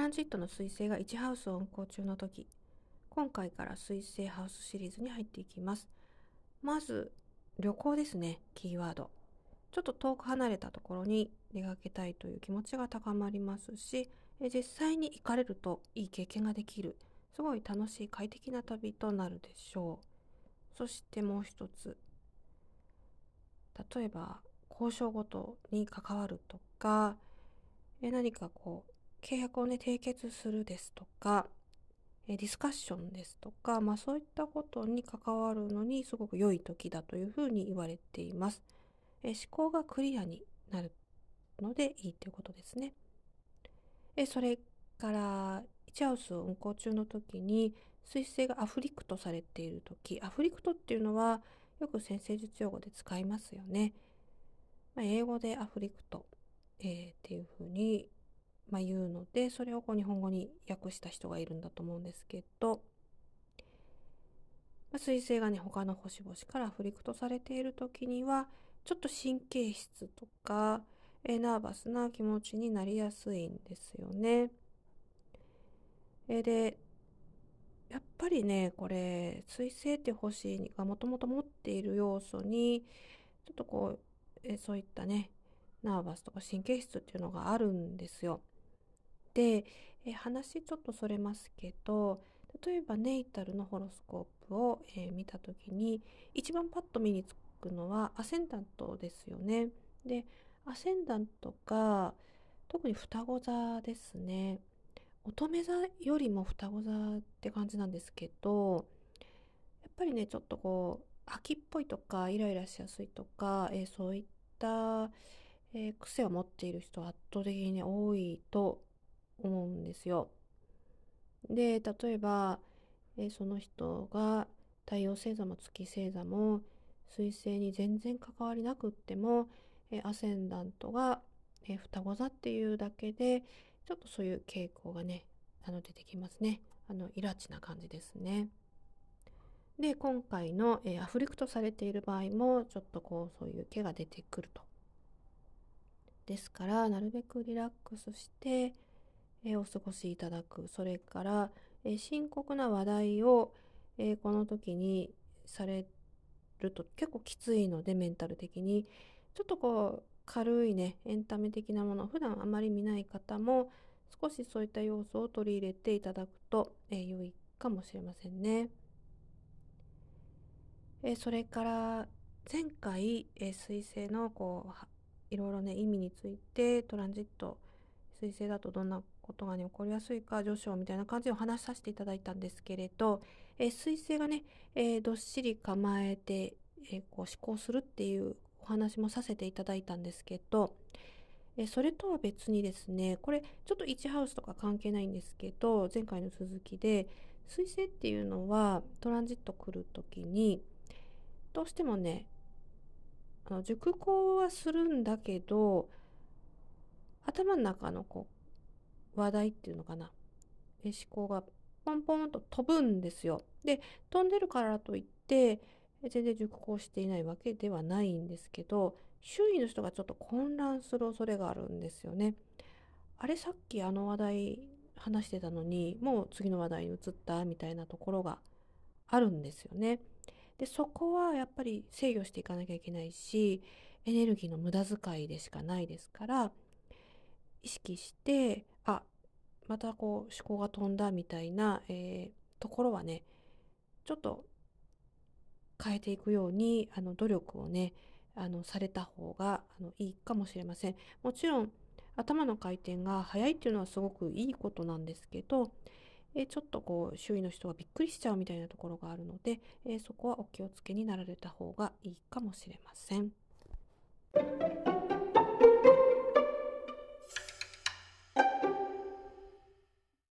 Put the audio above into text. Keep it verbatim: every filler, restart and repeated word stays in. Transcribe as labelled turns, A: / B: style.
A: ンジットの彗星がいちハウスを運行中の時、今回から彗星ハウスシリーズに入っていきます。まず、旅行ですね、キーワード。ちょっと遠く離れたところに出かけたいという気持ちが高まりますし、え実際に行かれるといい経験ができる、すごい楽しい快適な旅となるでしょう。そしてもう一つ、例えば交渉ごとに関わるとか、え何かこう契約をね締結するですとか、えディスカッションですとか、まあ、そういったことに関わるのにすごく良い時だというふうに言われています。え思考がクリアになるのでいいということですね。えそれからいちハウスを運行中の時に彗星がアフリクトされている時、アフリクトっていうのはよく先生術用語で使いますよね。まあ、英語でアフリクト、えーっていうふうに、まあ、言うので、それをこう日本語に訳した人がいるんだと思うんですけど、まあ、彗星がね他の星々からアフリクトされている時にはちょっと神経質とか、えーナーバスな気持ちになりやすいんですよね。えーでやっぱりねこれ彗星って星がもともと持っている要素にちょっとこう、えーそういったねナーバスとか神経質っていうのがあるんですよ。で、えー話ちょっとそれますけど、例えばネイタルのホロスコープを、えー見た時に一番パッと目につくのはアセンダントですよね。でアセンダントが特に双子座ですね。乙女座よりも双子座って感じなんですけど、やっぱりねちょっとこう秋っぽいとかイライラしやすいとか、えーそういった、えー癖を持っている人は圧倒的にね多いと思うんですよ。で例えば、えーその人が太陽星座も月星座も水星に全然関わりなくっても、えーアセンダントが、えー双子座っていうだけでちょっとそういう傾向がねあの出てきますね。あのイラチな感じですね。で今回の、えーアフリクトされている場合もちょっとこうそういう毛が出てくると。ですからなるべくリラックスしてえーお過ごしいただく。それから、えー深刻な話題を、えーこの時にされると結構きついので、メンタル的にちょっとこう軽いねエンタメ的なもの、普段あまり見ない方も少しそういった要素を取り入れていただくと、えー良いかもしれませんね。えーそれから前回、えー水星のこういろいろね意味についてトランジット水星だとどんなことが、ね、起こりやすいか上昇みたいな感じでお話しさせていただいたんですけれど、えー水星がね、えーどっしり構えて、えーこう思考するっていうお話もさせていただいたんですけど、えーそれとは別にですね、これちょっといちハウスとか関係ないんですけど、前回の続きで水星っていうのはトランジット来る時にどうしてもねあの熟考はするんだけど、頭の中のこう話題っていうのかな、思考がポンポンと飛ぶんですよ。で飛んでるからといって全然熟考していないわけではないんですけど、周囲の人がちょっと混乱する恐れがあるんですよね。あれさっきあの話題話してたのにもう次の話題に移ったみたいなところがあるんですよね。でそこはやっぱり制御していかなきゃいけないし、エネルギーの無駄遣いでしかないですから、意識してあまたこう思考が飛んだみたいな、えーところはねちょっと変えていくようにあの努力をねあのされた方があのいいかもしれません。もちろん頭の回転が速いっていうのはすごくいいことなんですけど、えーちょっとこう周囲の人がびっくりしちゃうみたいなところがあるので、えーそこはお気をつけになられた方がいいかもしれません。